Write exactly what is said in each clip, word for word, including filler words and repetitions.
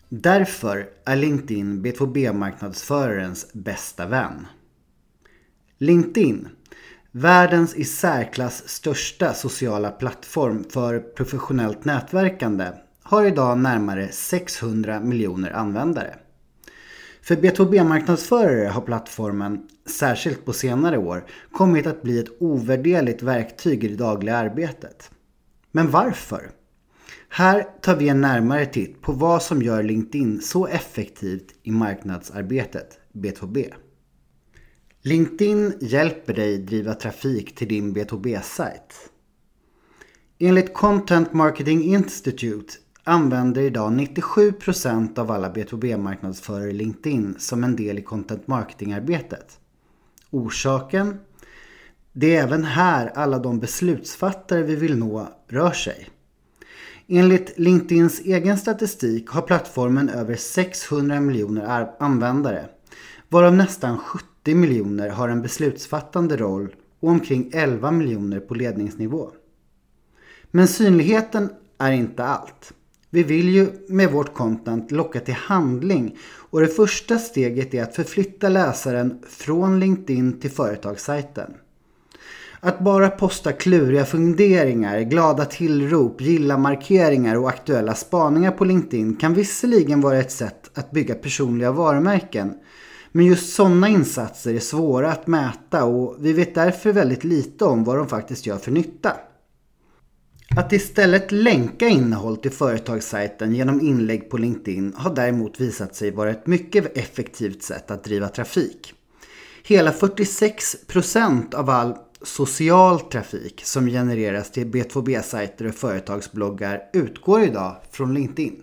Därför är LinkedIn B två B-marknadsförarens bästa vän. LinkedIn, världens i särklass största sociala plattform för professionellt nätverkande, har idag närmare sexhundra miljoner användare. För B två B-marknadsförare har plattformen, särskilt på senare år, kommit att bli ett ovärderligt verktyg i det dagliga arbetet. Men varför? Här tar vi en närmare titt på vad som gör LinkedIn så effektivt i marknadsarbetet B två B. LinkedIn hjälper dig driva trafik till din B två B-sajt. Enligt Content Marketing Institute använder idag nittiosju procent av alla B två B-marknadsförare LinkedIn som en del i content marketing-arbetet. Orsaken? Det är även här alla de beslutsfattare vi vill nå rör sig. Enligt LinkedIns egen statistik har plattformen över sexhundra miljoner användare, varav nästan sjuttio miljoner har en beslutsfattande roll och omkring elva miljoner på ledningsnivå. Men synligheten är inte allt. Vi vill ju med vårt content locka till handling, och det första steget är att förflytta läsaren från LinkedIn till företagssajten. Att bara posta kluriga funderingar, glada tillrop, gilla markeringar och aktuella spaningar på LinkedIn kan visserligen vara ett sätt att bygga personliga varumärken. Men just sådana insatser är svåra att mäta, och vi vet därför väldigt lite om vad de faktiskt gör för nytta. Att istället länka innehåll till företagssajten genom inlägg på LinkedIn har däremot visat sig vara ett mycket effektivt sätt att driva trafik. Hela fyrtiosex procent av all social trafik som genereras till B två B-sajter och företagsbloggar utgår idag från LinkedIn.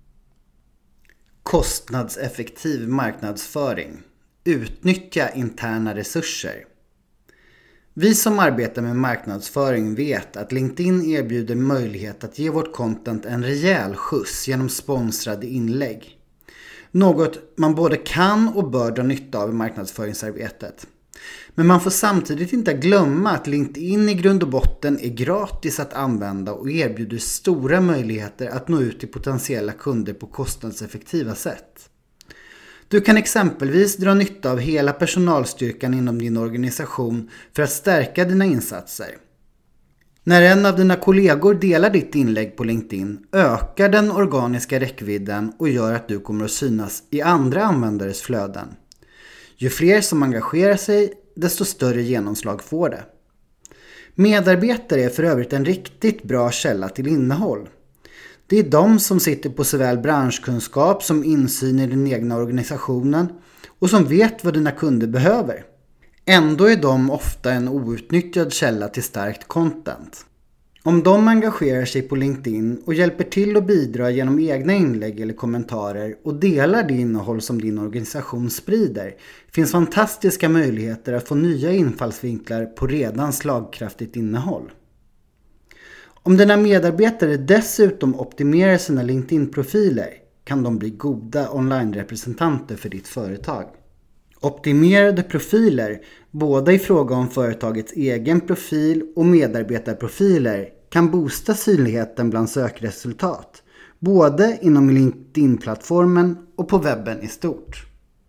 Kostnadseffektiv marknadsföring. Utnyttja interna resurser. Vi som arbetar med marknadsföring vet att LinkedIn erbjuder möjlighet att ge vårt content en rejäl skjuts genom sponsrade inlägg. Något man både kan och bör dra nytta av i marknadsföringsarbetet. Men man får samtidigt inte glömma att LinkedIn i grund och botten är gratis att använda och erbjuder stora möjligheter att nå ut till potentiella kunder på kostnadseffektiva sätt. Du kan exempelvis dra nytta av hela personalstyrkan inom din organisation för att stärka dina insatser. När en av dina kollegor delar ditt inlägg på LinkedIn ökar den organiska räckvidden och gör att du kommer att synas i andra användares flöden. Ju fler som engagerar sig, desto större genomslag får det. Medarbetare är för övrigt en riktigt bra källa till innehåll. Det är de som sitter på såväl branschkunskap som insyn i den egna organisationen och som vet vad dina kunder behöver. Ändå är de ofta en outnyttjad källa till starkt content. Om de engagerar sig på LinkedIn och hjälper till att bidra genom egna inlägg eller kommentarer och delar det innehåll som din organisation sprider, finns fantastiska möjligheter att få nya infallsvinklar på redan slagkraftigt innehåll. Om dina medarbetare dessutom optimerar sina LinkedIn-profiler kan de bli goda online-representanter för ditt företag. Optimerade profiler, både i fråga om företagets egen profil och medarbetarprofiler, kan boosta synligheten bland sökresultat, både inom LinkedIn-plattformen och på webben i stort.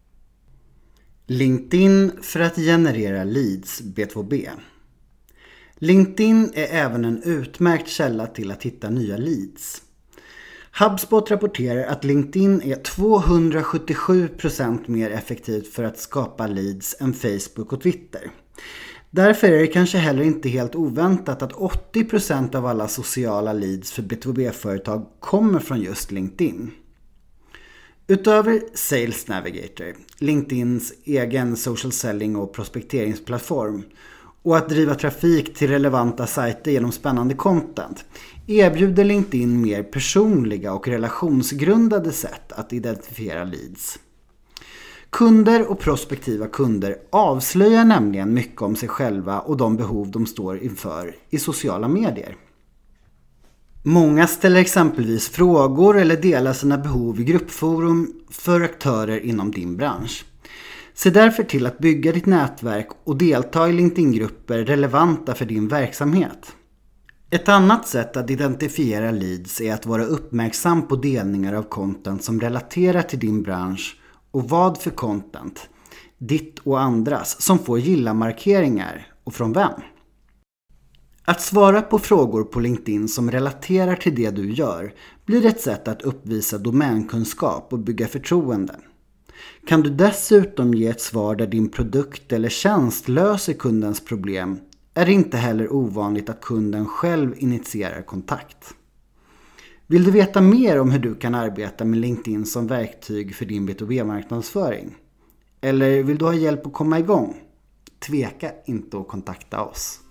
LinkedIn för att generera leads B två B. LinkedIn är även en utmärkt källa till att hitta nya leads. HubSpot rapporterar att LinkedIn är tvåhundrasjuttiosju procent mer effektivt för att skapa leads än Facebook och Twitter. Därför är det kanske heller inte helt oväntat att åttio procent av alla sociala leads för B två B-företag kommer från just LinkedIn. Utöver Sales Navigator, LinkedIns egen social selling och prospekteringsplattform, och att driva trafik till relevanta sajter genom spännande content, erbjuder LinkedIn mer personliga och relationsgrundade sätt att identifiera leads. Kunder och prospektiva kunder avslöjar nämligen mycket om sig själva och de behov de står inför i sociala medier. Många ställer exempelvis frågor eller delar sina behov i gruppforum för aktörer inom din bransch. Se därför till att bygga ditt nätverk och delta i LinkedIn-grupper relevanta för din verksamhet. Ett annat sätt att identifiera leads är att vara uppmärksam på delningar av content som relaterar till din bransch och vad för content, ditt och andras, som får gilla-markeringar och från vem. Att svara på frågor på LinkedIn som relaterar till det du gör blir ett sätt att uppvisa domänkunskap och bygga förtroende. Kan du dessutom ge ett svar där din produkt eller tjänst löser kundens problem är det inte heller ovanligt att kunden själv initierar kontakt. Vill du veta mer om hur du kan arbeta med LinkedIn som verktyg för din B två B-marknadsföring? Eller vill du ha hjälp att komma igång? Tveka inte att kontakta oss.